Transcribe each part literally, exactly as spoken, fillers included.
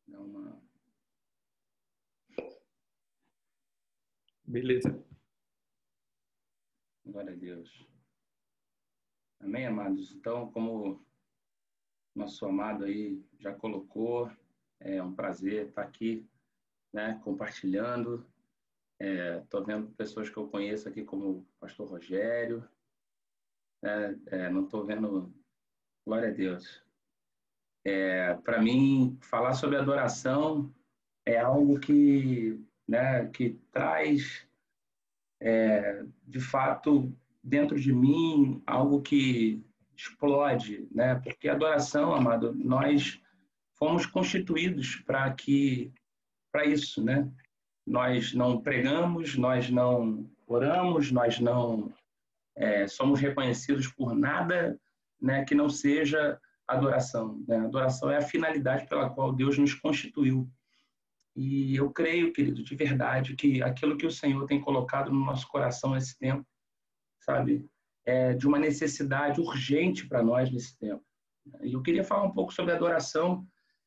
Dá uma... Beleza. Glória a Deus. Amém, amados? Então, como nosso amado aí já colocou, é um prazer estar aqui, né, compartilhando. Estou vendo pessoas que eu conheço aqui, como o pastor Rogério. Né? É, não estou vendo... Glória a Deus. É, para mim, falar sobre adoração é algo que, né, que traz, é, de fato, dentro de mim, algo que explode, né? Porque adoração, amado, nós fomos constituídos para que, para isso, né? Nós não pregamos, nós não oramos, nós não é, somos reconhecidos por nada, né, que não seja adoração, né? Adoração é a finalidade pela qual Deus nos constituiu. E eu creio, querido, de verdade, que aquilo que o Senhor tem colocado no nosso coração nesse tempo, sabe, é de uma necessidade urgente para nós nesse tempo. E eu queria falar um pouco sobre adoração.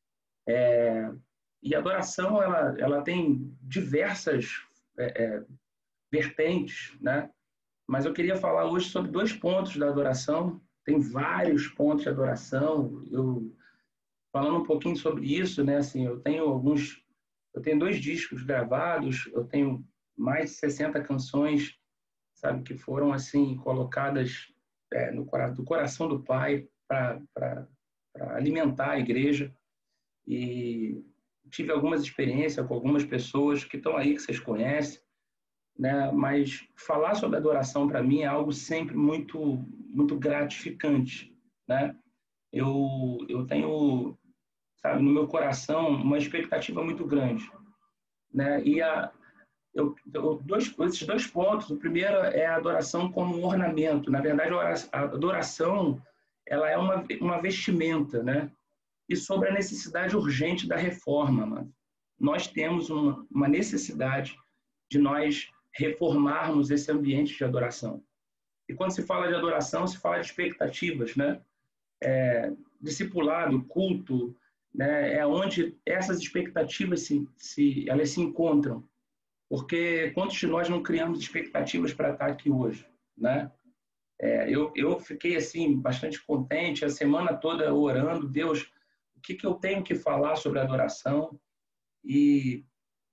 É, e a adoração, ela, ela tem diversas é, é, vertentes, né? Mas eu queria falar hoje sobre dois pontos da adoração. Tem vários pontos de adoração. Eu falando um pouquinho sobre isso, né? Assim, eu tenho alguns, eu tenho dois discos gravados, eu tenho mais de sessenta canções, sabe, que foram assim colocadas é, no do coração do Pai para alimentar a igreja. E tive algumas experiências com algumas pessoas que estão aí que vocês conhecem, né? Mas falar sobre adoração para mim é algo sempre muito muito gratificante, né? Eu eu tenho, sabe, no meu coração uma expectativa muito grande, né? E a eu, eu dois esses dois pontos. O primeiro é a adoração como um ornamento. Na verdade, a adoração ela é uma uma vestimenta, né? E sobre a necessidade urgente da reforma, mano. Nós temos uma, uma necessidade de nós reformarmos esse ambiente de adoração. E quando se fala de adoração, se fala de expectativas, né? É, discipulado, culto, né? É onde essas expectativas se, se, elas se encontram. Porque quantos de nós não criamos expectativas para estar aqui hoje, né? É, eu, eu fiquei assim bastante contente a semana toda orando, Deus, o que, que eu tenho que falar sobre adoração? E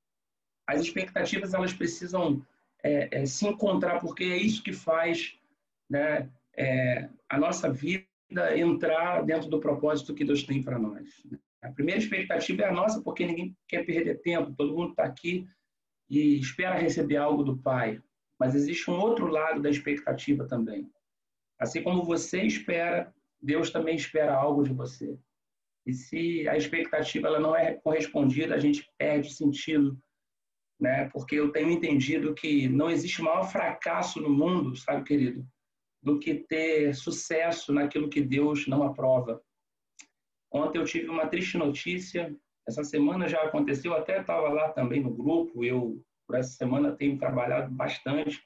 as expectativas elas precisam é, é, se encontrar, porque é isso que faz, né, é, a nossa vida entrar dentro do propósito que Deus tem para nós. A primeira expectativa é a nossa, porque ninguém quer perder tempo, todo mundo está aqui e espera receber algo do Pai. Mas existe um outro lado da expectativa também. Assim como você espera, Deus também espera algo de você. E se a expectativa ela não é correspondida, a gente perde sentido, né? Porque eu tenho entendido que não existe maior fracasso no mundo, sabe, querido, do que ter sucesso naquilo que Deus não aprova. Ontem eu tive uma triste notícia, essa semana já aconteceu, até estava lá também no grupo, eu, por essa semana, tenho trabalhado bastante,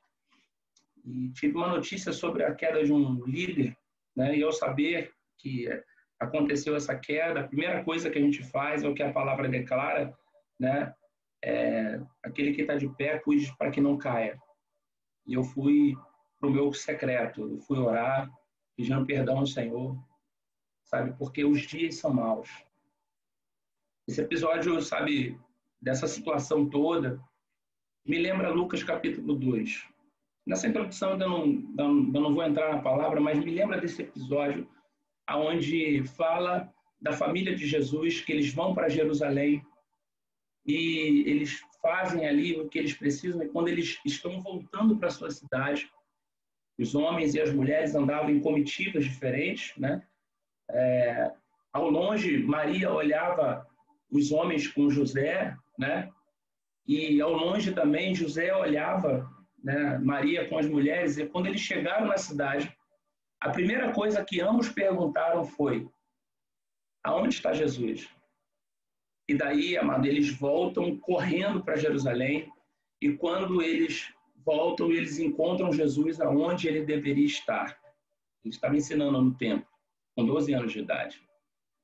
e tive uma notícia sobre a queda de um líder, né? E eu saber que aconteceu essa queda, a primeira coisa que a gente faz é o que a palavra declara, né? É, aquele que está de pé, cuide para que não caia. E eu fui para o meu secreto, eu fui orar, pedindo perdão ao Senhor, sabe? Porque os dias são maus. Esse episódio, sabe, dessa situação toda, me lembra Lucas capítulo dois. Nessa introdução eu não, eu não vou entrar na palavra, mas me lembra desse episódio onde fala da família de Jesus, que eles vão para Jerusalém e eles fazem ali o que eles precisam, e quando eles estão voltando para a sua cidade, os homens e as mulheres andavam em comitivas diferentes, né? É, ao longe, Maria olhava os homens com José, né? E ao longe também José olhava, né, Maria com as mulheres, e quando eles chegaram na cidade, a primeira coisa que ambos perguntaram foi: aonde está Jesus? E daí, amado, eles voltam correndo para Jerusalém, e quando eles voltam, eles encontram Jesus aonde ele deveria estar. Ele estava ensinando no templo, com doze anos de idade.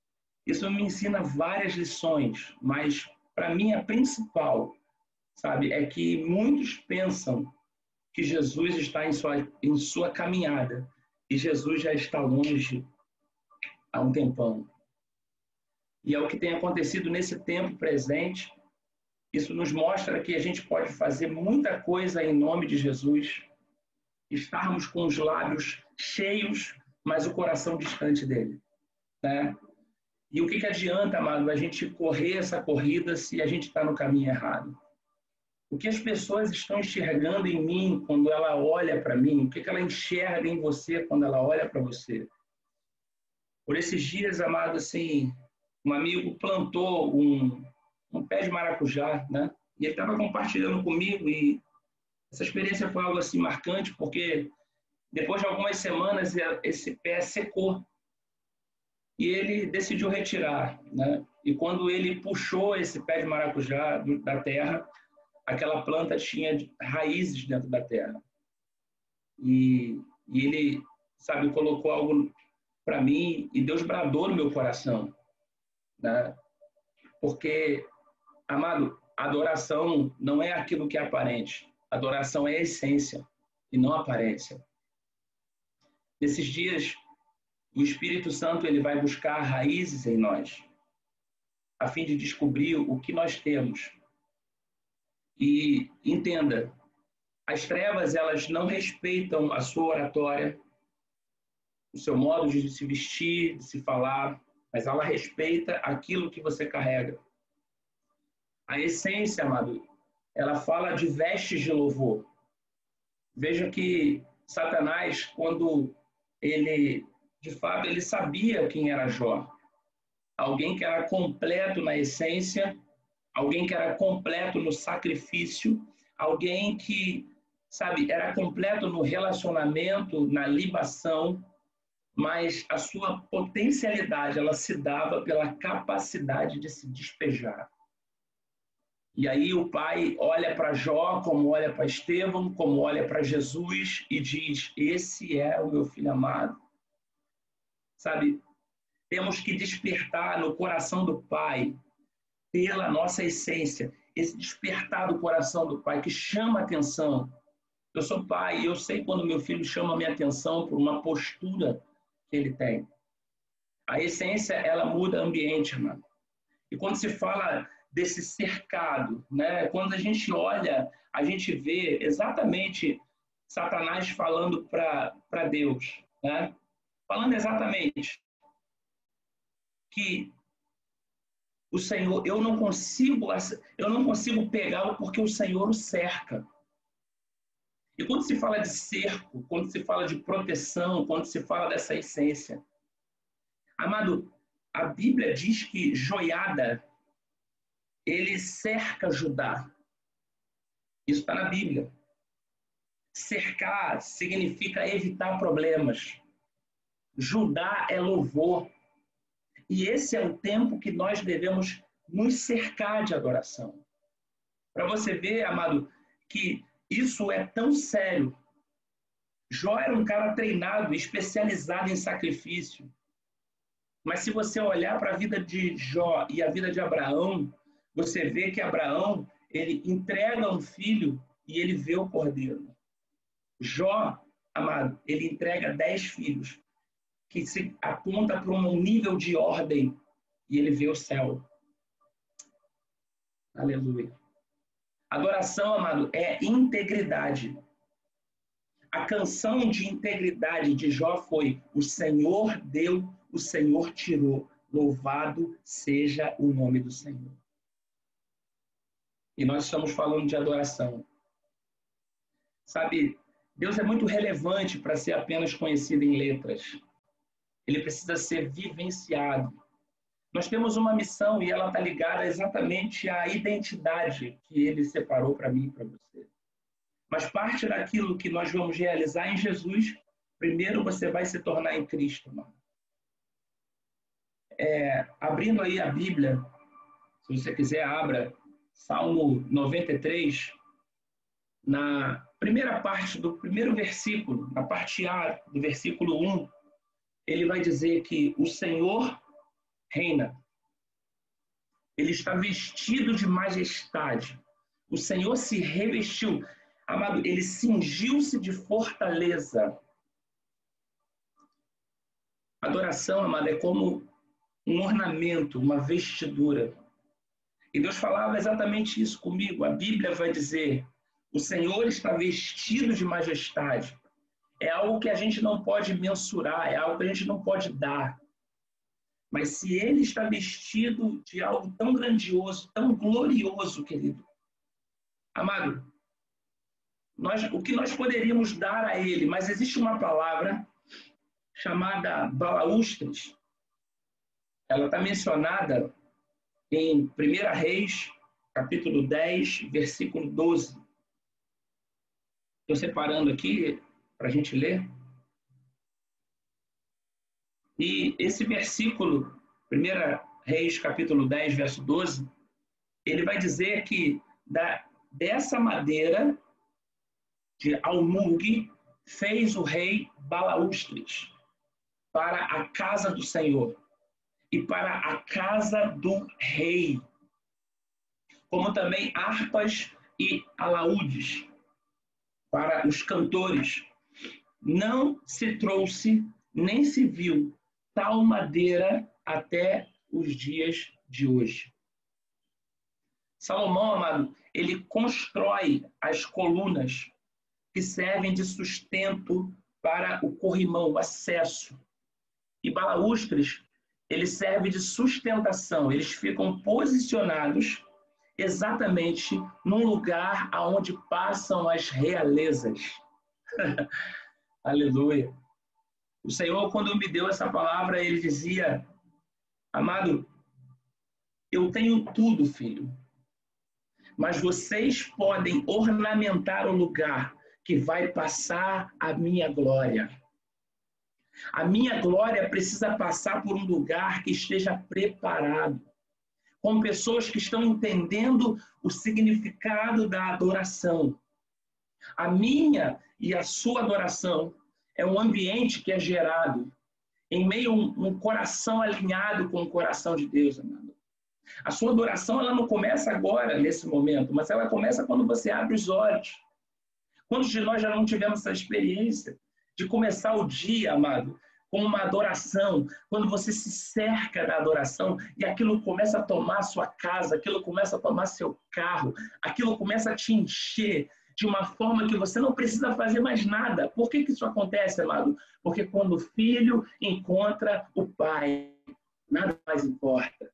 Isso me ensina várias lições, mas para mim a principal, sabe, é que muitos pensam que Jesus está em sua, em sua caminhada e Jesus já está longe há um tempão. E é o que tem acontecido nesse tempo presente. Isso nos mostra que a gente pode fazer muita coisa em nome de Jesus, estarmos com os lábios cheios, mas o coração distante dele, né? E o que, que adianta, amado, a gente correr essa corrida se a gente está no caminho errado? O que as pessoas estão enxergando em mim quando ela olha para mim? O que, que ela enxerga em você quando ela olha para você? Por esses dias, amado, assim, um amigo plantou um, um pé de maracujá, né? E ele estava compartilhando comigo e essa experiência foi algo assim marcante, porque depois de algumas semanas esse pé secou e ele decidiu retirar, né? E quando ele puxou esse pé de maracujá da terra, aquela planta tinha raízes dentro da terra. E, e ele, sabe, colocou algo para mim e Deus bradou no meu coração, né? Porque, amado, adoração não é aquilo que é aparente. Adoração é a essência e não a aparência. Nesses dias, o Espírito Santo ele vai buscar raízes em nós, a fim de descobrir o que nós temos. E entenda, as trevas elas não respeitam a sua oratória, o seu modo de se vestir, de se falar, mas ela respeita aquilo que você carrega. A essência, amado, ela fala de vestes de louvor. Veja que Satanás, quando ele, de fato, ele sabia quem era Jó. Alguém que era completo na essência, alguém que era completo no sacrifício, alguém que, sabe, era completo no relacionamento, na libação, mas a sua potencialidade, ela se dava pela capacidade de se despejar. E aí o pai olha para Jó, como olha para Estevão, como olha para Jesus e diz, esse é o meu filho amado. Sabe, temos que despertar no coração do pai, pela nossa essência, esse despertar do coração do pai que chama atenção. Eu sou pai e eu sei quando meu filho chama a minha atenção por uma postura que ele tem. A essência, ela muda ambiente, irmão. E quando se fala desse cercado, né? Quando a gente olha, a gente vê exatamente Satanás falando para Deus, né? Falando exatamente que o Senhor, eu não consigo, eu não consigo pegá-lo porque o Senhor o cerca. E quando se fala de cerco, quando se fala de proteção, quando se fala dessa essência, amado, a Bíblia diz que Joiada, ele cerca Judá. Isso está na Bíblia. Cercar significa evitar problemas. Judá é louvor. E esse é o tempo que nós devemos nos cercar de adoração. Para você ver, amado, que isso é tão sério. Jó era um cara treinado, especializado em sacrifício. Mas se você olhar para a vida de Jó e a vida de Abraão, você vê que Abraão, ele entrega um filho e ele vê o cordeiro. Jó, amado, ele entrega dez filhos, que se aponta para um nível de ordem e ele vê o céu. Aleluia. Adoração, amado, é integridade. A canção de integridade de Jó foi: o Senhor deu, o Senhor tirou. Louvado seja o nome do Senhor. E nós estamos falando de adoração. Sabe, Deus é muito relevante para ser apenas conhecido em letras. Ele precisa ser vivenciado. Nós temos uma missão e ela está ligada exatamente à identidade que ele separou para mim e para você. Mas parte daquilo que nós vamos realizar em Jesus, primeiro você vai se tornar em Cristo, mano. É, abrindo aí a Bíblia, se você quiser, abra Salmo noventa e três, na primeira parte do primeiro versículo, na parte A do versículo um, ele vai dizer que o Senhor reina. Ele está vestido de majestade. O Senhor se revestiu. Amado, ele cingiu-se de fortaleza. Adoração, amado, é como um ornamento, uma vestidura. E Deus falava exatamente isso comigo. A Bíblia vai dizer, o Senhor está vestido de majestade. É algo que a gente não pode mensurar, é algo que a gente não pode dar. Mas se ele está vestido de algo tão grandioso, tão glorioso, querido, amado, nós, o que nós poderíamos dar a ele? Mas existe uma palavra chamada balaústres. Ela está mencionada em primeira Reis, capítulo dez, versículo doze. Estou separando aqui para a gente ler. E esse versículo, primeira Reis, capítulo dez, verso doze, ele vai dizer que da, dessa madeira de almurgue fez o rei balaústres para a casa do Senhor e para a casa do rei, como também harpas e alaúdes para os cantores. Não se trouxe nem se viu tal madeira até os dias de hoje. Salomão, amado, ele constrói as colunas que servem de sustento para o corrimão, o acesso. E balaústres, ele serve de sustentação. Eles ficam posicionados exatamente num lugar aonde passam as realezas. Aleluia. O Senhor, quando me deu essa palavra, ele dizia, amado, eu tenho tudo, filho, mas vocês podem ornamentar o lugar que vai passar a minha glória. A minha glória precisa passar por um lugar que esteja preparado, com pessoas que estão entendendo o significado da adoração. A minha e a sua adoração é um ambiente que é gerado em meio a um, um coração alinhado com o coração de Deus, amado. A sua adoração, ela não começa agora, nesse momento, mas ela começa quando você abre os olhos. Quantos de nós já não tivemos essa experiência de começar o dia, amado, com uma adoração, quando você se cerca da adoração e aquilo começa a tomar sua casa, aquilo começa a tomar seu carro, aquilo começa a te encher de uma forma que você não precisa fazer mais nada. Por que que isso acontece, amado? Porque quando o filho encontra o pai, nada mais importa.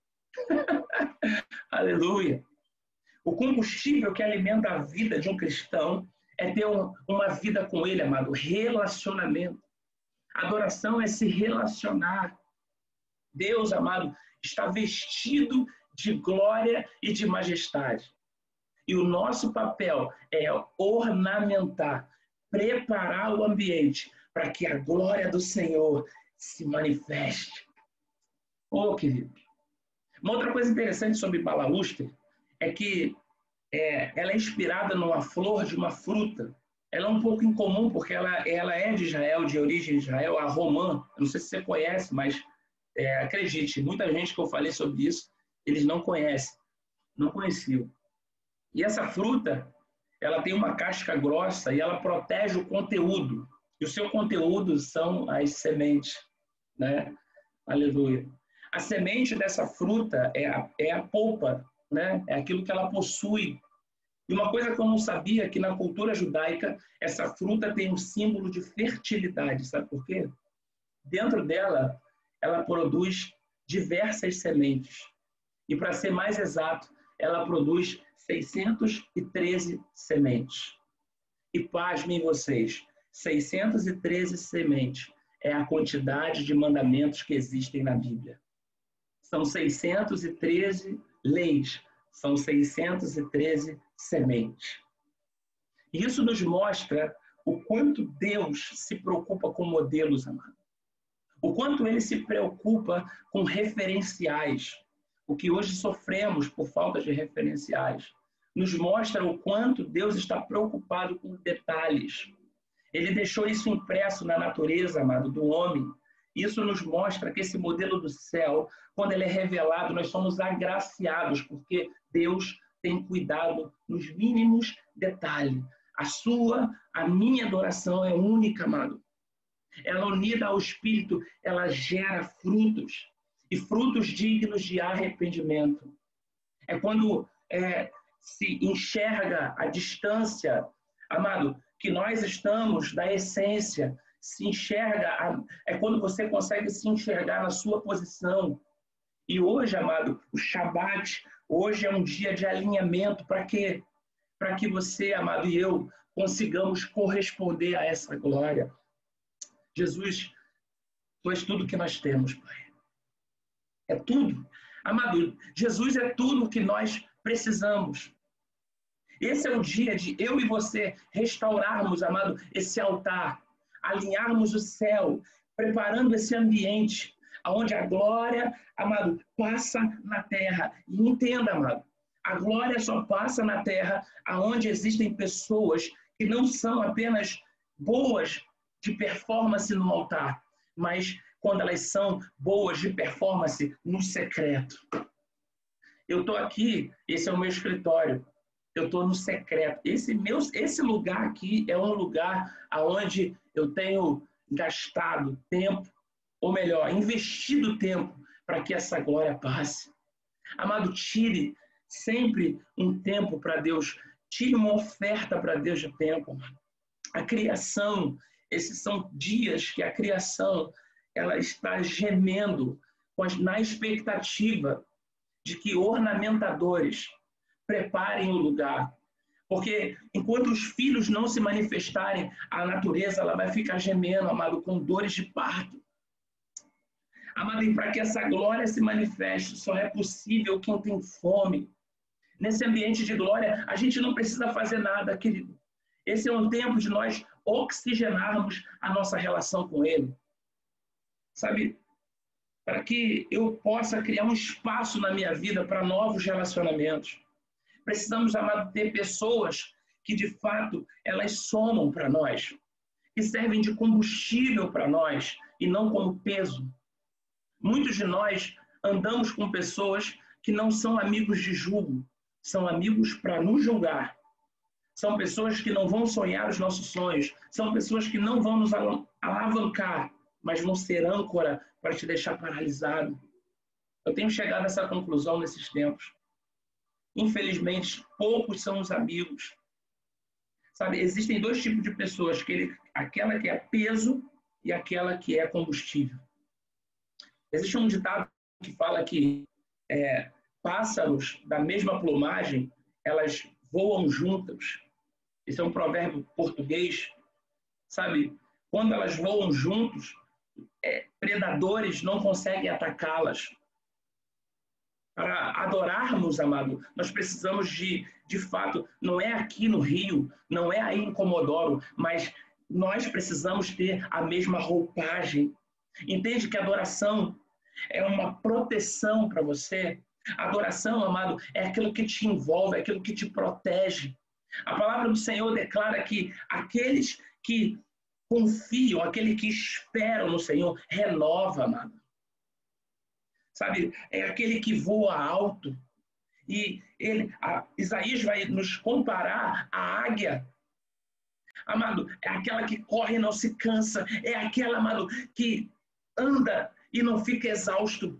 Aleluia. O combustível que alimenta a vida de um cristão é ter um, uma vida com ele, amado. Relacionamento. Adoração é se relacionar. Deus, amado, está vestido de glória e de majestade. E o nosso papel é ornamentar, preparar o ambiente para que a glória do Senhor se manifeste. Oh, querido. Uma outra coisa interessante sobre balaústre é que é, ela é inspirada numa flor de uma fruta. Ela é um pouco incomum, porque ela, ela é de Israel, de origem de Israel, a romã. Eu não sei se você conhece, mas é, acredite, muita gente que eu falei sobre isso, eles não conhecem, não conheciam. E essa fruta, ela tem uma casca grossa e ela protege o conteúdo. E o seu conteúdo são as sementes, né? Aleluia. A semente dessa fruta é a, é a polpa, né? É aquilo que ela possui. E uma coisa que eu não sabia, que na cultura judaica, essa fruta tem um símbolo de fertilidade. Sabe por quê? Dentro dela, ela produz diversas sementes. E, para ser mais exato, ela produz seiscentas e treze sementes. E pasmem vocês, seiscentas e treze sementes é a quantidade de mandamentos que existem na Bíblia. São seiscentas e treze leis, são seiscentas e treze sementes. E isso nos mostra o quanto Deus se preocupa com modelos, amado. O quanto ele se preocupa com referenciais. O que hoje sofremos por falta de referenciais nos mostra o quanto Deus está preocupado com detalhes. Ele deixou isso impresso na natureza, amado, do homem. Isso nos mostra que esse modelo do céu, quando ele é revelado, nós somos agraciados, porque Deus tem cuidado nos mínimos detalhes. A sua, a minha adoração é única, amado. Ela unida ao Espírito, ela gera frutos, e frutos dignos de arrependimento. É quando é, se enxerga a distância, amado, que nós estamos da essência, se enxerga, a, é quando você consegue se enxergar na sua posição. E hoje, amado, o Shabat, hoje é um dia de alinhamento para quê? Para que você, amado, e eu consigamos corresponder a essa glória. Jesus, tu és tudo que nós temos, Pai. É tudo. Amado, Jesus é tudo que nós precisamos. Esse é o dia de eu e você restaurarmos, amado, esse altar, alinharmos o céu, preparando esse ambiente onde a glória, amado, passa na terra. E entenda, amado, a glória só passa na terra onde existem pessoas que não são apenas boas de performance no altar, mas quando elas são boas de performance no secreto. Eu estou aqui, esse é o meu escritório, eu estou no secreto. Esse, meu, esse lugar aqui é um lugar onde eu tenho gastado tempo, ou melhor, investido tempo para que essa glória passe. Amado, tire sempre um tempo para Deus, tire uma oferta para Deus de tempo. A criação, esses são dias que a criação ela está gemendo na expectativa de que ornamentadores preparem o lugar. Porque enquanto os filhos não se manifestarem, a natureza ela vai ficar gemendo, amado, com dores de parto. Amado, e para que essa glória se manifeste, só é possível quem tem fome. Nesse ambiente de glória, a gente não precisa fazer nada, querido. Esse é um tempo de nós oxigenarmos a nossa relação com Ele. Sabe, para que eu possa criar um espaço na minha vida para novos relacionamentos. Precisamos, amado, ter pessoas que, de fato, elas somam para nós, que servem de combustível para nós e não como peso. Muitos de nós andamos com pessoas que não são amigos de julgo, são amigos para nos julgar. São pessoas que não vão sonhar os nossos sonhos, são pessoas que não vão nos alavancar, mas vão ser âncora para te deixar paralisado. Eu tenho chegado a essa conclusão nesses tempos. Infelizmente, poucos são os amigos. Sabe, existem dois tipos de pessoas, aquela que é peso e aquela que é combustível. Existe um ditado que fala que é, pássaros da mesma plumagem, elas voam juntas. Esse é um provérbio português. Sabe, quando elas voam juntos, é, predadores não conseguem atacá-las. Para adorarmos, amado, nós precisamos de, de fato, não é aqui no Rio, não é aí em Comodoro, mas nós precisamos ter a mesma roupagem. Entende que a adoração é uma proteção para você? A adoração, amado, é aquilo que te envolve, é aquilo que te protege. A palavra do Senhor declara que aqueles que confiam, aqueles que esperam no Senhor, renova, amado. Sabe, é aquele que voa alto. E ele, a, Isaías vai nos comparar à águia. Amado, é aquela que corre e não se cansa. É aquela, amado, que anda e não fica exausto.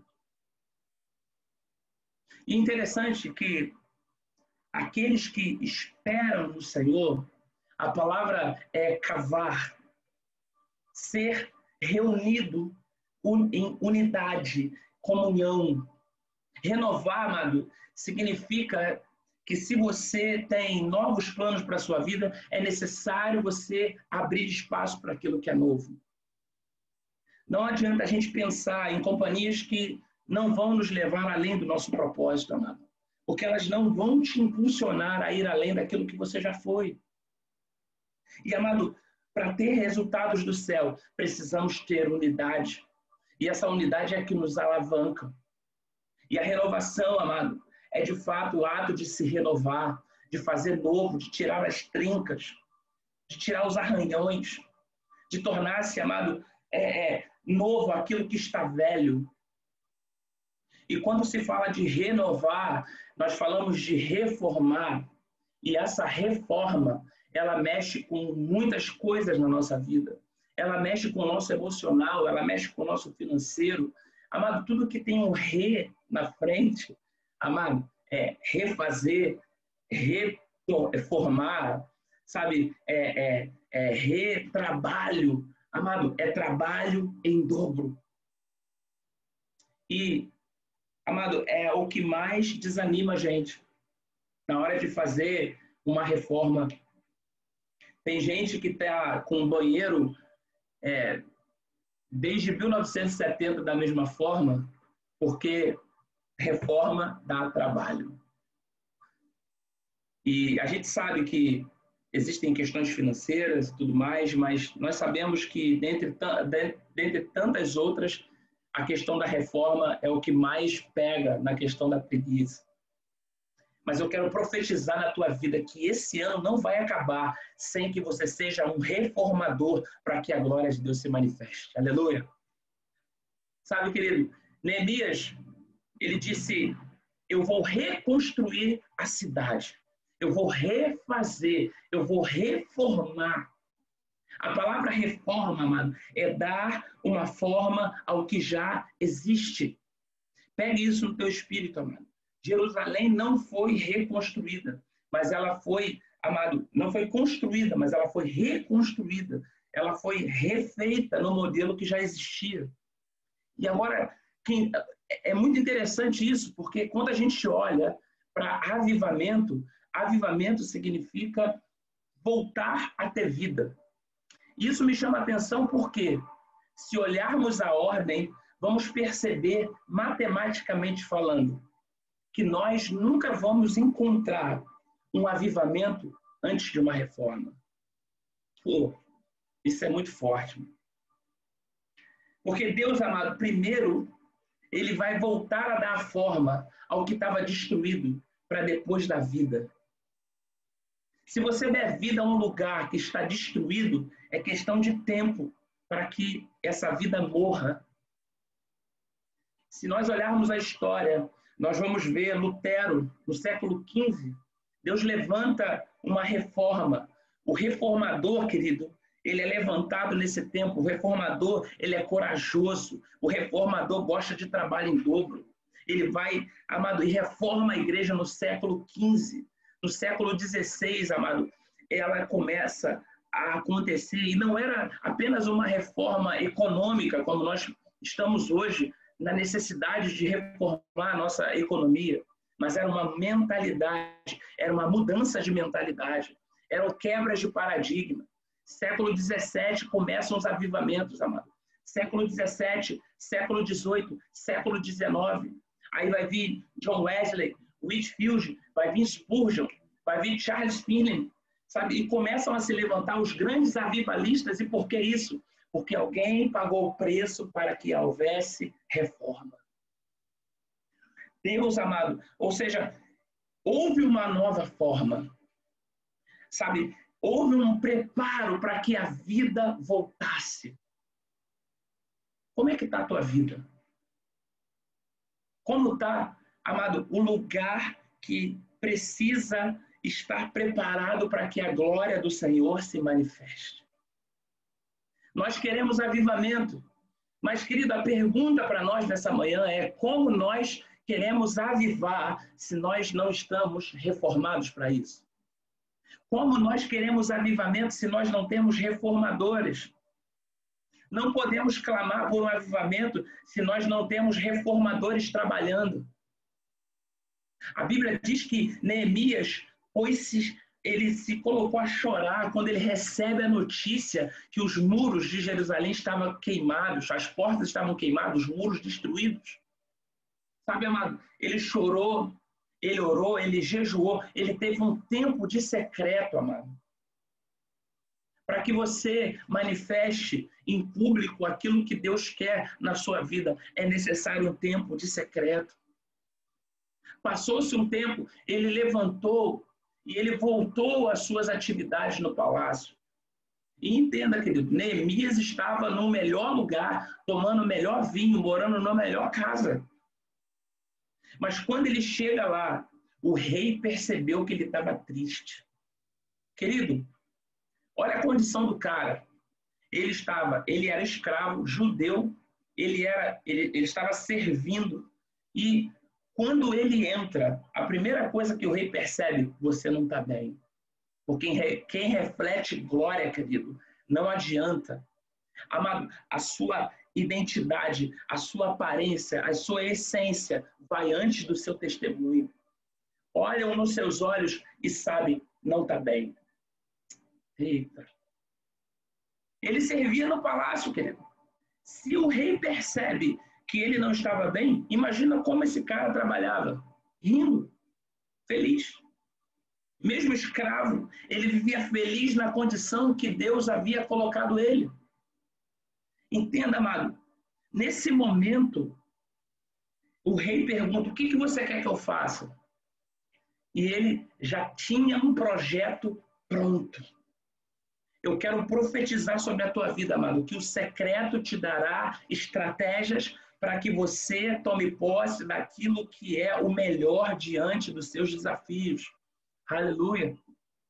E interessante que aqueles que esperam no Senhor, a palavra é cavar, ser reunido em unidade, comunhão. Renovar, amado, significa que se você tem novos planos para a sua vida, é necessário você abrir espaço para aquilo que é novo. Não adianta a gente pensar em companhias que não vão nos levar além do nosso propósito, amado. Porque elas não vão te impulsionar a ir além daquilo que você já foi. E, amado, para ter resultados do céu, precisamos ter unidade. E essa unidade é que nos alavanca. E a renovação, amado, é de fato o ato de se renovar, de fazer novo, de tirar as trincas, de tirar os arranhões, de tornar-se, amado, é, é, novo aquilo que está velho. E quando se fala de renovar, nós falamos de reformar. E essa reforma, ela mexe com muitas coisas na nossa vida. Ela mexe com o nosso emocional, ela mexe com o nosso financeiro. Amado, tudo que tem um re na frente, amado, é refazer, reformar, sabe, é, é, é retrabalho. Amado, é trabalho em dobro. E, amado, é o que mais desanima a gente na hora de fazer uma reforma. Tem gente que está com um banheiro é, desde mil novecentos e setenta da mesma forma, porque reforma dá trabalho. E a gente sabe que existem questões financeiras e tudo mais, mas nós sabemos que, dentre, dentre tantas outras, a questão da reforma é o que mais pega na questão da preguiça. Mas eu quero profetizar na tua vida que esse ano não vai acabar sem que você seja um reformador para que a glória de Deus se manifeste. Aleluia. Sabe, querido, Neemias, ele disse, eu vou reconstruir a cidade. Eu vou refazer, eu vou reformar. A palavra reforma, amado, é dar uma forma ao que já existe. Pegue isso no teu espírito, amado. Jerusalém não foi reconstruída, mas ela foi, amado, não foi construída, mas ela foi reconstruída. Ela foi refeita no modelo que já existia. E agora, quem, é muito interessante isso, porque quando a gente olha para avivamento, avivamento significa voltar a ter vida. Isso me chama a atenção porque, se olharmos a ordem, vamos perceber, matematicamente falando, que nós nunca vamos encontrar um avivamento antes de uma reforma. Pô, isso é muito forte. Porque Deus, amado, primeiro, ele vai voltar a dar forma ao que estava destruído para depois da vida. Se você der vida a um lugar que está destruído, é questão de tempo para que essa vida morra. Se nós olharmos a história, nós vamos ver Lutero, no século quinze, Deus levanta uma reforma. O reformador, querido, ele é levantado nesse tempo. O reformador, ele é corajoso. O reformador gosta de trabalho em dobro. Ele vai, amado, e reforma a igreja no século quinze. No século dezesseis, amado, ela começa a acontecer. E não era apenas uma reforma econômica, como nós estamos hoje, na necessidade de reformar a nossa economia, mas era uma mentalidade, era uma mudança de mentalidade, eram quebras de paradigma. Século dezessete começam os avivamentos, amado. Século dezessete, século dezoito, século dezenove. Aí vai vir John Wesley, Whitefield, vai vir Spurgeon, vai vir Charles Finney, sabe? E começam a se levantar os grandes avivalistas. E por que isso? Porque alguém pagou o preço para que houvesse reforma. Deus amado, ou seja, houve uma nova forma, sabe? Houve um preparo para que a vida voltasse. Como é que está a tua vida? Como está, amado, o lugar que precisa estar preparado para que a glória do Senhor se manifeste? Nós queremos avivamento, mas, querido, a pergunta para nós nessa manhã é como nós queremos avivar se nós não estamos reformados para isso? Como nós queremos avivamento se nós não temos reformadores? Não podemos clamar por um avivamento se nós não temos reformadores trabalhando. A Bíblia diz que Neemias, pôs-se, ele se colocou a chorar quando ele recebe a notícia que os muros de Jerusalém estavam queimados, as portas estavam queimadas, os muros destruídos. Sabe, amado, ele chorou, ele orou, ele jejuou, ele teve um tempo de secreto, amado. Para que você manifeste em público aquilo que Deus quer na sua vida, é necessário um tempo de secreto. Passou-se um tempo, ele levantou e ele voltou às suas atividades no palácio. E entenda, querido, Neemias estava no melhor lugar, tomando o melhor vinho, morando na melhor casa. Mas quando ele chega lá, o rei percebeu que ele estava triste. Querido, olha a condição do cara. Ele estava, ele era escravo, judeu, ele, era, ele, ele estava servindo. E quando ele entra, a primeira coisa que o rei percebe, você não está bem. Porque quem reflete glória, querido, não adianta. Amado, a sua identidade, a sua aparência, a sua essência vai antes do seu testemunho. Olham nos seus olhos e sabem, não está bem. Eita. Ele servia no palácio, querido. Se o rei percebe que ele não estava bem, imagina como esse cara trabalhava. Rindo, feliz. Mesmo escravo, ele vivia feliz na condição que Deus havia colocado ele. Entenda, amado, nesse momento, o rei pergunta, o que, que você quer que eu faça? E ele já tinha um projeto pronto. Eu quero profetizar sobre a tua vida, amado, que o secreto te dará estratégias para que você tome posse daquilo que é o melhor diante dos seus desafios. Aleluia.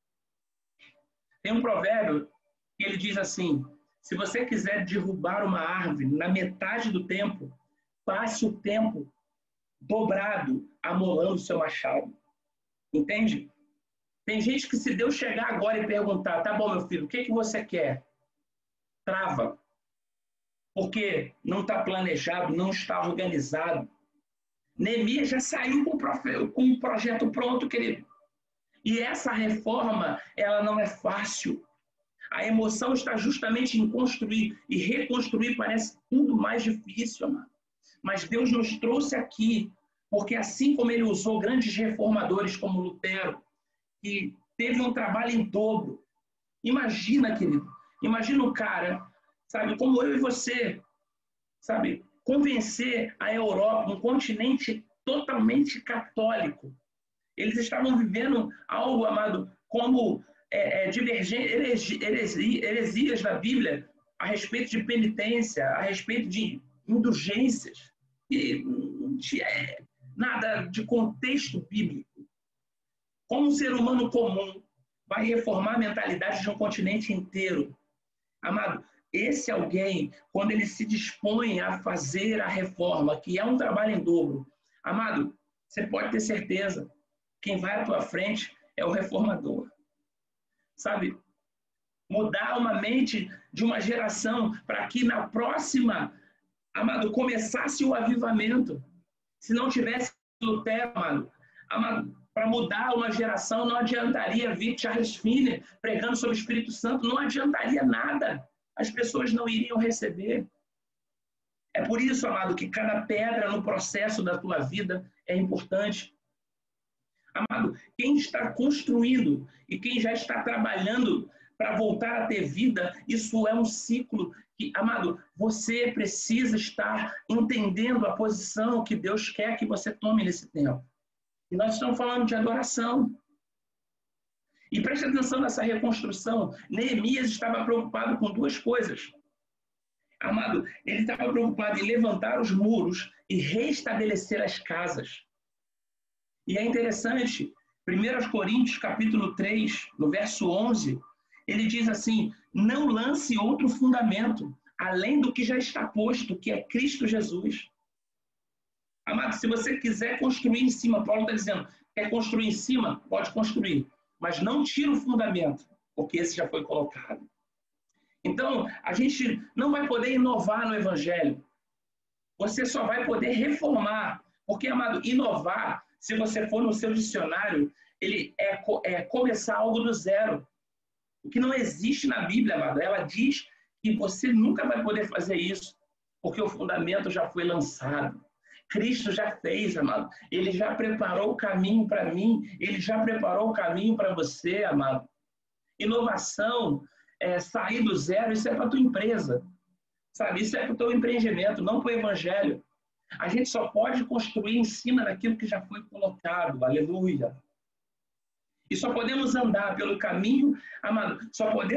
Tem um provérbio que ele diz assim, se você quiser derrubar uma árvore na metade do tempo, passe o tempo dobrado amolando o seu machado. Entende? Tem gente que se Deus chegar agora e perguntar, tá bom, meu filho, o que, que você quer? Trava. Porque não está planejado, não está organizado. Neemias já saiu com, profe... com um projeto pronto, querido. E essa reforma, ela não é fácil. A emoção está justamente em construir. E reconstruir parece tudo mais difícil, amado. Mas Deus nos trouxe aqui, porque assim como ele usou grandes reformadores como Lutero, que teve um trabalho em dobro. Imagina, querido, imagina um cara, sabe, como eu e você, sabe, convencer a Europa, um continente totalmente católico. Eles estavam vivendo algo, amado, como é, é, divergência, heresi, heresi, heresias da Bíblia a respeito de penitência, a respeito de indulgências, e de, é, nada de contexto bíblico. Como um ser humano comum vai reformar a mentalidade de um continente inteiro? Amado, esse alguém, quando ele se dispõe a fazer a reforma, que é um trabalho em dobro, amado, você pode ter certeza, quem vai à tua frente é o reformador. Sabe? Mudar uma mente de uma geração para que na próxima, amado, começasse o avivamento. Se não tivesse Lutero, amado, amado, para mudar uma geração, não adiantaria vir Charles Finney pregando sobre o Espírito Santo, não adiantaria nada. As pessoas não iriam receber. É por isso, amado, que cada pedra no processo da tua vida é importante. Amado, quem está construindo e quem já está trabalhando para voltar a ter vida, isso é um ciclo que, amado, você precisa estar entendendo a posição que Deus quer que você tome nesse tempo. E nós estamos falando de adoração. E preste atenção nessa reconstrução. Neemias estava preocupado com duas coisas. Amado, ele estava preocupado em levantar os muros e restabelecer as casas. E é interessante, primeiro Coríntios, capítulo três, no verso onze, ele diz assim, não lance outro fundamento, além do que já está posto, que é Cristo Jesus. Amado, se você quiser construir em cima, Paulo está dizendo, quer construir em cima? Pode construir, mas não tira o fundamento, porque esse já foi colocado. Então, a gente não vai poder inovar no Evangelho. Você só vai poder reformar, porque, amado, inovar, se você for no seu dicionário, ele é, é começar algo do zero. O que não existe na Bíblia, amado, ela diz que você nunca vai poder fazer isso, porque o fundamento já foi lançado. Cristo já fez, amado. Ele já preparou o caminho para mim, ele já preparou o caminho para você, amado. Inovação, é, sair do zero, isso é para a tua empresa, sabe? Isso é para o teu empreendimento, não para o evangelho. A gente só pode construir em cima daquilo que já foi colocado, aleluia. E só podemos andar pelo caminho, amado, só podemos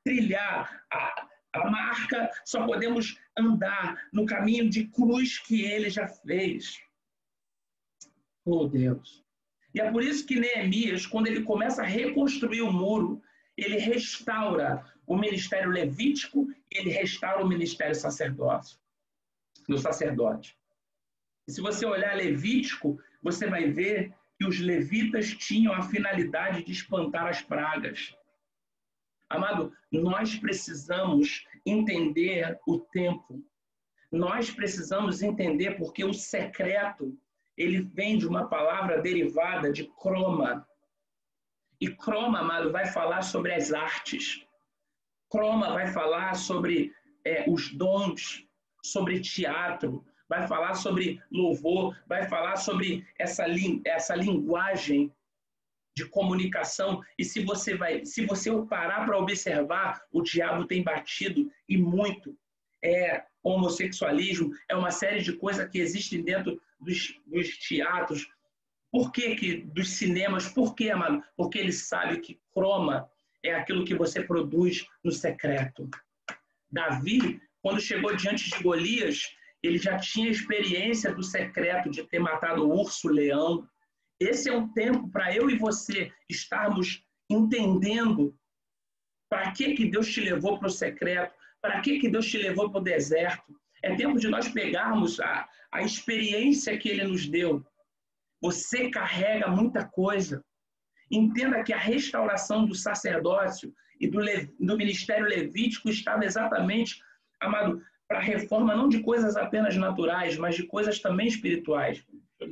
trilhar a, a marca, só podemos andar no caminho de cruz que ele já fez. Oh, Deus! E é por isso que Neemias, quando ele começa a reconstruir o muro, ele restaura o ministério levítico e ele restaura o ministério sacerdócio, do sacerdote. E se você olhar Levítico, você vai ver que os levitas tinham a finalidade de espantar as pragas. Amado, nós precisamos entender o tempo. Nós precisamos entender porque o secreto, ele vem de uma palavra derivada de croma. E croma, amado, vai falar sobre as artes. Croma vai falar sobre é, os dons, sobre teatro, vai falar sobre louvor, vai falar sobre essa, essa linguagem de comunicação. E se você vai, se você parar para observar, o diabo tem batido e muito. É homossexualismo, é uma série de coisas que existem dentro dos, dos teatros. Por que, que dos cinemas? Por que, amado? Porque ele sabe que croma é aquilo que você produz no secreto. Davi, quando chegou diante de Golias, ele já tinha experiência do secreto de ter matado o urso, o leão. Esse é um tempo para eu e você estarmos entendendo para que, que Deus te levou para o secreto, para que, que Deus te levou para o deserto. É tempo de nós pegarmos a, a experiência que Ele nos deu. Você carrega muita coisa. Entenda que a restauração do sacerdócio e do, do ministério levítico estava exatamente, amado, para a reforma não de coisas apenas naturais, mas de coisas também espirituais.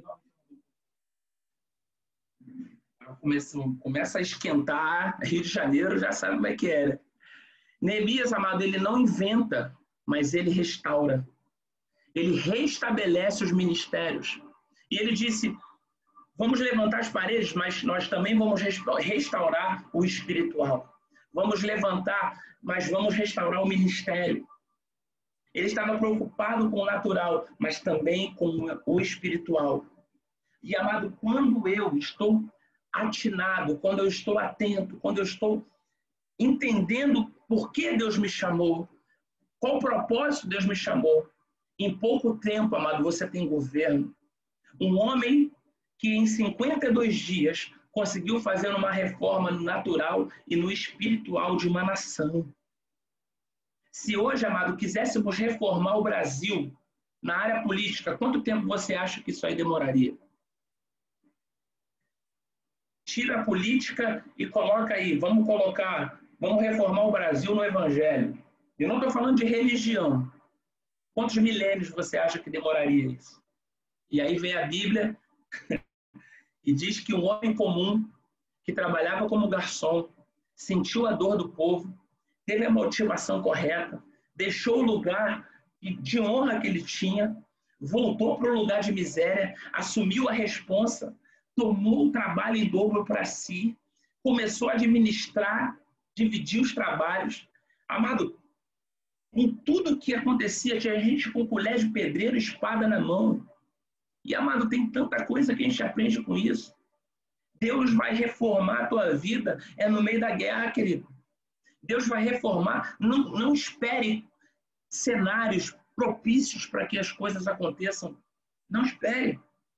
Começa, começa a esquentar, Rio de Janeiro já sabe como é que era. Neemias, amado, ele não inventa, mas ele restaura. Ele restabelece os ministérios. E ele disse, vamos levantar as paredes, mas nós também vamos restaurar o espiritual. Vamos levantar, mas vamos restaurar o ministério. Ele estava preocupado com o natural, mas também com o espiritual. E, amado, quando eu estou atinado, quando eu estou atento, quando eu estou entendendo por que Deus me chamou, qual propósito Deus me chamou, em pouco tempo, amado, você tem governo. Um homem que em cinquenta e dois dias conseguiu fazer uma reforma no natural e no espiritual de uma nação. Se hoje, amado, quiséssemos reformar o Brasil na área política, quanto tempo você acha que isso aí demoraria? Tira a política e coloca aí, vamos colocar, vamos reformar o Brasil no Evangelho. Eu não estou falando de religião. Quantos milênios você acha que demoraria isso? E aí vem a Bíblia e diz que um homem comum que trabalhava como garçom, sentiu a dor do povo, teve a motivação correta, deixou o lugar de honra que ele tinha, voltou para o lugar de miséria, assumiu a responsa, tomou o trabalho em dobro para si, começou a administrar, dividir os trabalhos. Amado, em tudo que acontecia, tinha gente com colher de pedreiro e espada na mão. E, amado, tem tanta coisa que a gente aprende com isso. Deus vai reformar a tua vida, é no meio da guerra, querido. Deus vai reformar. Não, não espere cenários propícios para que as coisas aconteçam. Não espere.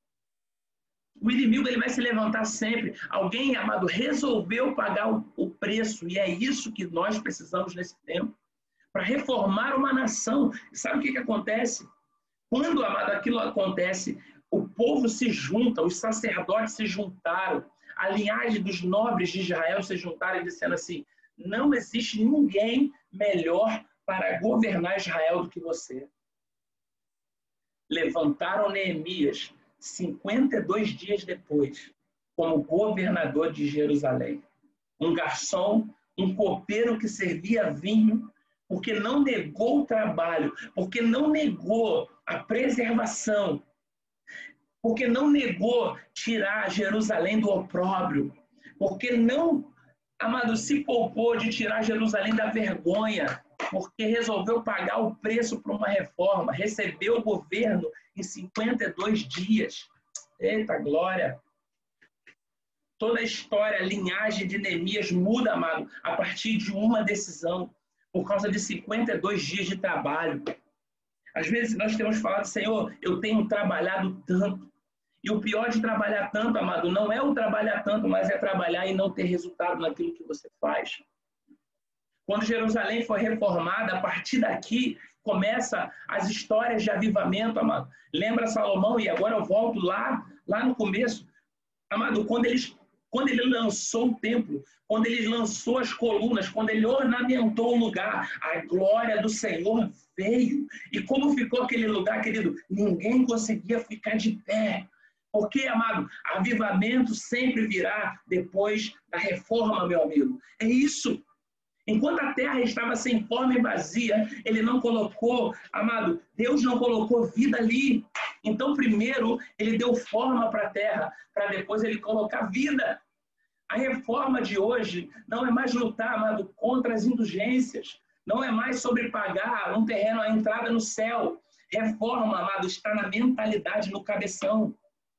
O inimigo ele vai se levantar sempre. Alguém, amado, resolveu pagar o, o preço. E é isso que nós precisamos nesse tempo. Para reformar uma nação. Sabe o que, que acontece? Quando, amado, aquilo acontece, o povo se junta, os sacerdotes se juntaram, a linhagem dos nobres de Israel se juntaram dizendo assim, não existe ninguém melhor para governar Israel do que você. Levantaram Neemias cinquenta e dois dias depois como governador de Jerusalém. Um garçom, um copeiro que servia vinho, porque não negou o trabalho, porque não negou a preservação, porque não negou tirar Jerusalém do opróbrio, porque não, amado, se poupou de tirar Jerusalém da vergonha, porque resolveu pagar o preço para uma reforma, recebeu o governo em cinquenta e dois dias. Eita glória! Toda a história, a linhagem de Neemias muda, amado, a partir de uma decisão, por causa de cinquenta e dois dias de trabalho. Às vezes nós temos falado, Senhor, eu tenho trabalhado tanto. E o pior de trabalhar tanto, amado, não é o trabalhar tanto, mas é trabalhar e não ter resultado naquilo que você faz. Quando Jerusalém foi reformada, a partir daqui começa as histórias de avivamento, amado. Lembra Salomão? E agora eu volto lá, lá no começo. Amado, quando, eles, quando ele lançou o templo, quando ele lançou as colunas, quando ele ornamentou o lugar, a glória do Senhor veio. E como ficou aquele lugar, querido? Ninguém conseguia ficar de pé. Porque, amado, avivamento sempre virá depois da reforma, meu amigo. É isso. Enquanto a terra estava sem forma e vazia, ele não colocou, amado, Deus não colocou vida ali. Então, primeiro, ele deu forma para a terra, para depois ele colocar vida. A reforma de hoje não é mais lutar, amado, contra as indulgências. Não é mais sobre pagar um terreno, a entrada no céu. Reforma, amado, está na mentalidade, no cabeção.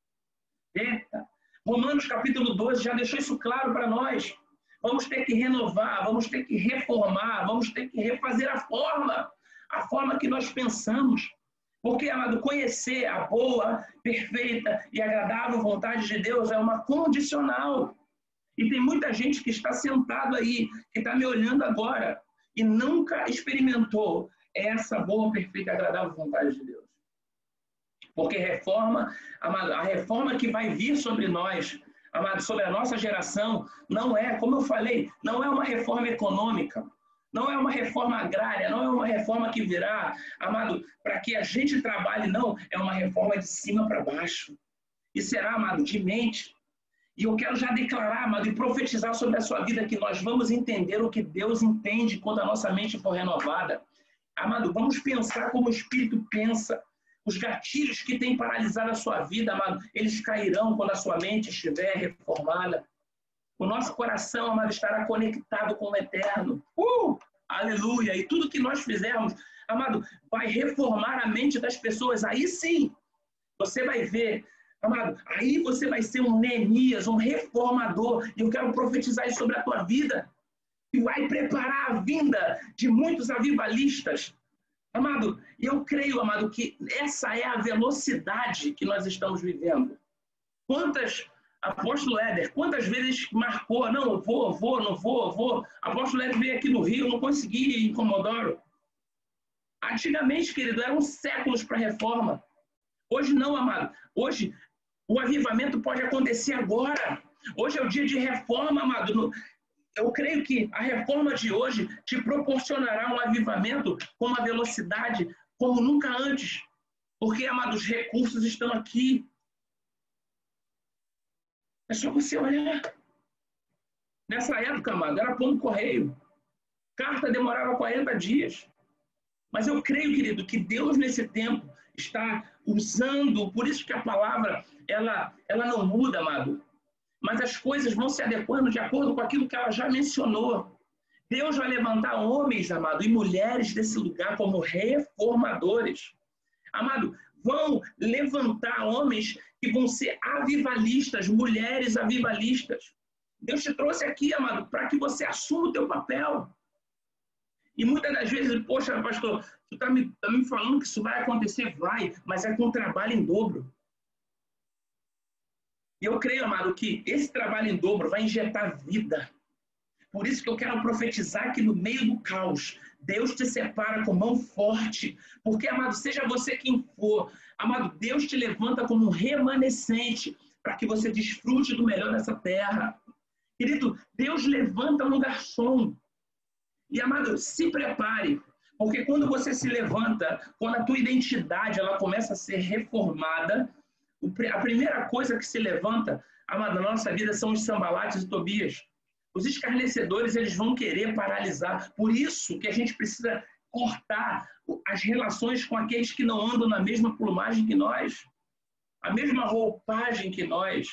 Eita. Romanos capítulo doze já deixou isso claro para nós. Vamos ter que renovar, vamos ter que reformar, vamos ter que refazer a forma, a forma que nós pensamos. Porque, amado, conhecer a boa, perfeita e agradável vontade de Deus é uma condicional. E tem muita gente que está sentado aí, que está me olhando agora e nunca experimentou essa boa, perfeita e agradável vontade de Deus. Porque reforma, amado, a reforma que vai vir sobre nós, amado, sobre a nossa geração, não é, como eu falei, não é uma reforma econômica, não é uma reforma agrária, não é uma reforma que virá, amado, para que a gente trabalhe, não, é uma reforma de cima para baixo. E será, amado, de mente. E eu quero já declarar, amado, e profetizar sobre a sua vida que nós vamos entender o que Deus entende quando a nossa mente for renovada. Amado, vamos pensar como o Espírito pensa. Os gatilhos que têm paralisado a sua vida, amado, eles cairão quando a sua mente estiver reformada. O nosso coração, amado, estará conectado com o Eterno. Uh! Aleluia! E tudo que nós fizermos, amado, vai reformar a mente das pessoas. Aí sim, você vai ver, amado, aí você vai ser um Neemias, um reformador. E eu quero profetizar isso sobre a tua vida. E vai preparar a vinda de muitos avivalistas. Amado, e eu creio, amado, que essa é a velocidade que nós estamos vivendo. Quantas, apóstolo Éder, quantas vezes marcou, não, eu vou, eu vou, não vou, eu vou. Apóstolo Éder veio aqui no Rio, não consegui ir em Comodoro. Antigamente, querido, eram séculos para a reforma. Hoje não, amado. Hoje, o avivamento pode acontecer agora. Hoje é o dia de reforma, amado. No... Eu creio que a reforma de hoje te proporcionará um avivamento com uma velocidade como nunca antes. Porque, amado, os recursos estão aqui. É só você olhar. Nessa época, amado, era pão no correio. Carta demorava quarenta dias. Mas eu creio, querido, que Deus, nesse tempo, está usando... Por isso que a palavra, ela, ela não muda, amado. Mas as coisas vão se adequando de acordo com aquilo que ela já mencionou. Deus vai levantar homens, amado, e mulheres desse lugar como reformadores. Amado, vão levantar homens que vão ser avivalistas, mulheres avivalistas. Deus te trouxe aqui, amado, para que você assuma o teu papel. E muitas das vezes, poxa, pastor, tu está me, tá me falando que isso vai acontecer? Vai, mas é com trabalho em dobro. E eu creio, amado, que esse trabalho em dobro vai injetar vida. Por isso que eu quero profetizar que no meio do caos, Deus te separa com mão forte. Porque, amado, seja você quem for, amado, Deus te levanta como um remanescente para que você desfrute do melhor dessa terra. Querido, Deus levanta um garçom. E, amado, se prepare. Porque quando você se levanta, quando a tua identidade ela começa a ser reformada, a primeira coisa que se levanta, amado, na nossa vida são os Sanbalates e Tobias. Os escarnecedores, eles vão querer paralisar. Por isso que a gente precisa cortar as relações com aqueles que não andam na mesma plumagem que nós, a mesma roupagem que nós.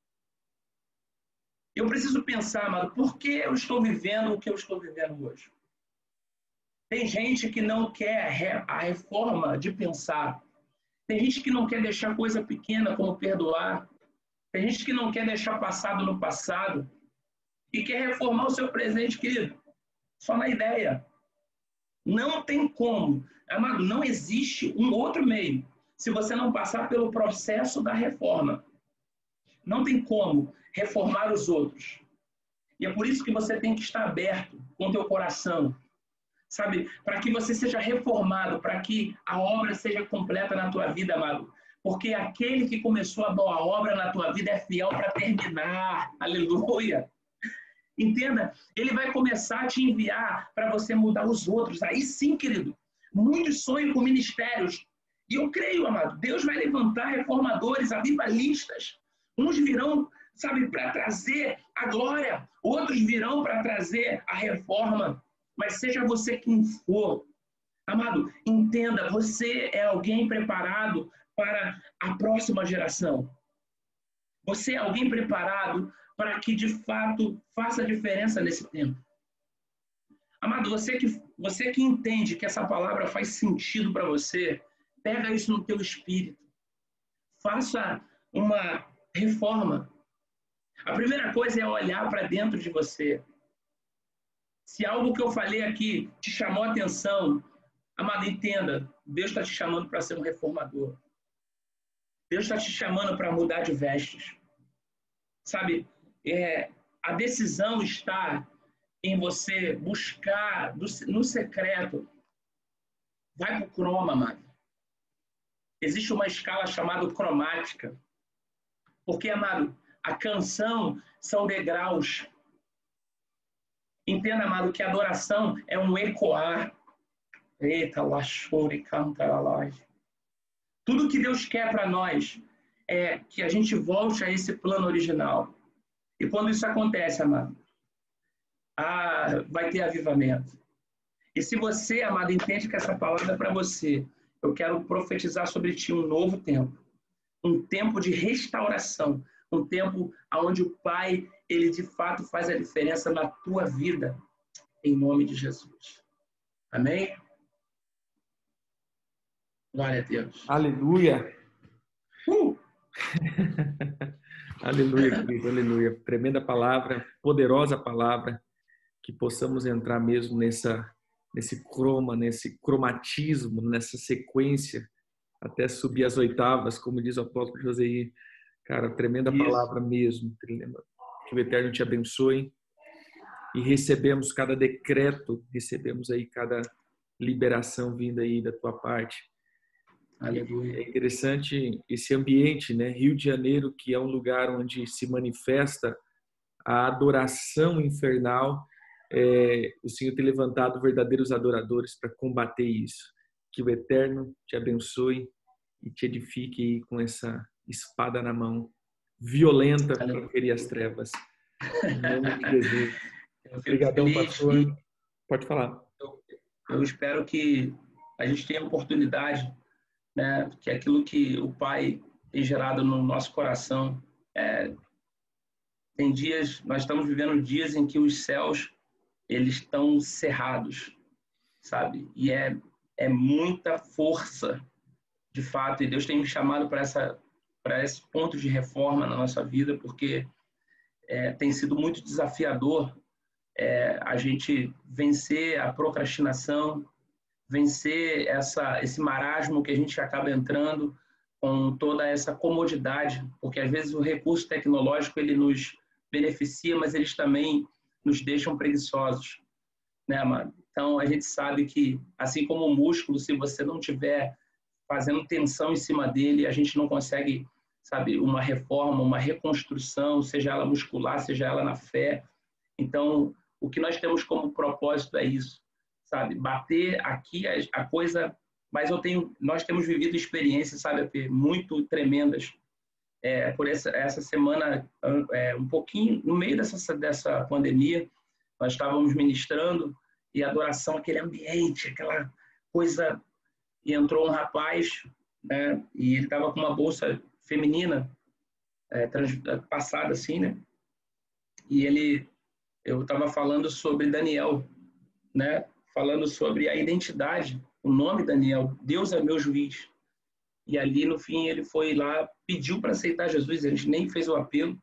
Eu preciso pensar, amado, por que eu estou vivendo o que eu estou vivendo hoje? Tem gente que não quer a reforma de pensar. Tem gente que não quer deixar coisa pequena como perdoar. Tem gente que não quer deixar passado no passado e quer reformar o seu presente, querido. Só na ideia. Não tem como. Amado, não existe um outro meio se você não passar pelo processo da reforma. Não tem como reformar os outros. E é por isso que você tem que estar aberto com o teu coração, sabe? Para que você seja reformado, para que a obra seja completa na tua vida, amado. Porque aquele que começou a boa obra na tua vida é fiel para terminar. Aleluia! Entenda, ele vai começar a te enviar para você mudar os outros. Aí sim, querido, muitos sonham com ministérios. E eu creio, amado, Deus vai levantar reformadores, avivalistas. Uns virão, sabe, para trazer a glória. Outros virão para trazer a reforma. Mas seja você quem for, amado, entenda, você é alguém preparado para a próxima geração. Você é alguém preparado para que, de fato, faça diferença nesse tempo. Amado, você que, você que entende que essa palavra faz sentido para você, pega isso no teu espírito. Faça uma reforma. A primeira coisa é olhar para dentro de você. Se algo que eu falei aqui te chamou a atenção, amado, entenda, Deus está te chamando para ser um reformador. Deus está te chamando para mudar de vestes. Sabe, é, a decisão está em você buscar do, no secreto. Vai para o croma, amado. Existe uma escala chamada cromática. Porque, amado, a canção são degraus. Entenda, amado, que a adoração é um ecoar. Eita, lachore, canta lá. Tudo que Deus quer para nós é que a gente volte a esse plano original. E quando isso acontece, amado, ah, vai ter avivamento. E se você, amado, entende que essa palavra é para você, eu quero profetizar sobre ti um novo tempo. Um tempo de restauração. Um tempo onde o Pai, ele de fato faz a diferença na tua vida. Em nome de Jesus. Amém? Glória a Deus. Aleluia. Uh! Aleluia, querido, aleluia. Tremenda palavra, poderosa palavra, que possamos entrar mesmo nessa, nesse croma, nesse cromatismo, nessa sequência, até subir as oitavas, como diz o apóstolo Joseí. Cara, tremenda Isso. palavra mesmo. Que o Eterno te abençoe. E recebemos cada decreto, recebemos aí cada liberação vinda aí da tua parte. Aleluia. É interessante esse ambiente, né? Rio de Janeiro, que é um lugar onde se manifesta a adoração infernal. É, o Senhor tem levantado verdadeiros adoradores para combater isso. Que o Eterno te abençoe e te edifique aí com essa espada na mão, violenta para ferir as trevas. Em nome de Jesus. Obrigadão, pastor. E pode falar. Eu, eu espero que a gente tenha a oportunidade, né, que aquilo que o Pai tem gerado no nosso coração, é, tem dias, nós estamos vivendo dias em que os céus, eles estão cerrados, sabe? E é, é muita força, de fato, e Deus tem me chamado para essa, para esse ponto de reforma na nossa vida, porque é, tem sido muito desafiador é, a gente vencer a procrastinação, vencer essa, esse marasmo que a gente acaba entrando com toda essa comodidade, porque às vezes o recurso tecnológico ele nos beneficia, mas eles também nos deixam preguiçosos, né, amado? Então a gente sabe que, assim como o músculo, se você não tiver fazendo tensão em cima dele, a gente não consegue, sabe, uma reforma, uma reconstrução, seja ela muscular, seja ela na fé. Então, o que nós temos como propósito é isso, sabe? Bater aqui a, a coisa, mas eu tenho, nós temos vivido experiências, sabe, muito tremendas. É, por essa, essa semana, é, um pouquinho, no meio dessa, dessa pandemia, nós estávamos ministrando e adoração, aquele ambiente, aquela coisa, e entrou um rapaz, né, e ele estava com uma bolsa feminina, é, trans, passada assim, né, e ele, eu estava falando sobre Daniel, né, falando sobre a identidade, o nome Daniel, Deus é meu juiz. E ali, no fim, ele foi lá, pediu para aceitar Jesus, a gente nem fez o apelo.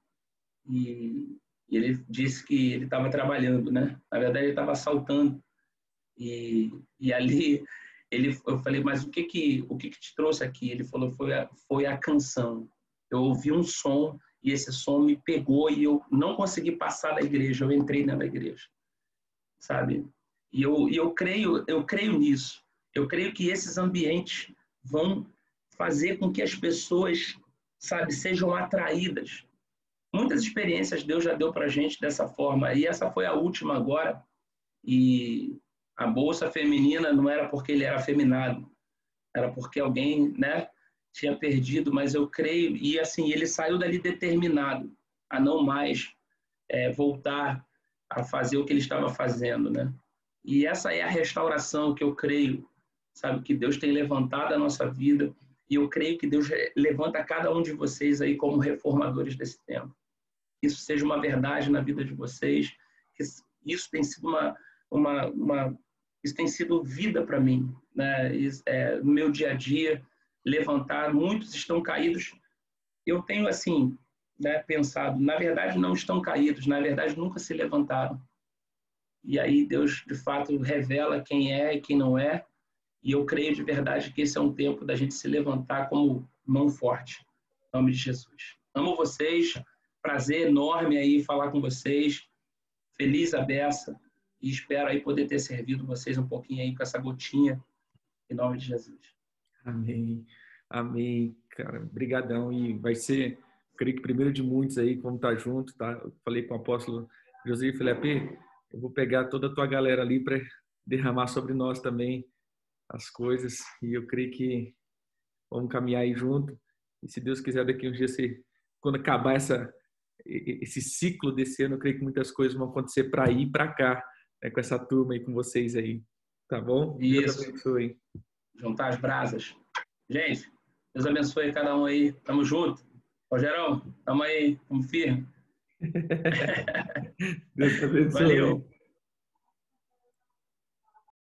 E, e ele disse que ele estava trabalhando, né? Na verdade, ele estava assaltando. E, e ali, ele, eu falei, mas o que que, o que que te trouxe aqui? Ele falou, foi a, foi a canção. Eu ouvi um som e esse som me pegou e eu não consegui passar da igreja, eu entrei na igreja, sabe? E eu, e eu creio, eu creio nisso. Eu creio que esses ambientes vão fazer com que as pessoas, sabe, sejam atraídas. Muitas experiências Deus já deu para a gente dessa forma. E essa foi a última agora. E a bolsa feminina não era porque ele era afeminado, era porque alguém, né, tinha perdido. Mas eu creio, e assim, ele saiu dali determinado a não mais é, voltar a fazer o que ele estava fazendo, né? E essa é a restauração que eu creio, sabe, que Deus tem levantado a nossa vida. E eu creio que Deus levanta cada um de vocês aí como reformadores desse tempo. Isso seja uma verdade na vida de vocês. Que isso tem sido uma, uma, uma isso tem sido vida para mim, né? Isso, é, no meu dia a dia, levantar. Muitos estão caídos. Eu tenho assim, né, pensado, na verdade não estão caídos, na verdade nunca se levantaram. E aí Deus de fato revela quem é e quem não é. E eu creio de verdade que esse é um tempo da gente se levantar como mão forte. Em nome de Jesus. Amo vocês. Prazer enorme aí falar com vocês. Feliz a beça. E espero aí poder ter servido vocês um pouquinho aí com essa gotinha. Em nome de Jesus. Amém. Amém, cara. Obrigadão. E vai ser, creio que primeiro de muitos aí, como tá junto, tá? Eu falei com o apóstolo José e falei, Apê, eu vou pegar toda a tua galera ali para derramar sobre nós também as coisas. E eu creio que vamos caminhar aí junto. E se Deus quiser, daqui uns dias, você, quando acabar essa, esse ciclo desse ano, eu creio que muitas coisas vão acontecer para ir para cá, né, com essa turma aí, com vocês aí. Tá bom? Isso. Deus abençoe. Juntar as brasas. Gente, Deus abençoe cada um aí. Tamo junto. Rogerão, tamo aí. Tamo firme. Deus abençoe. Valeu.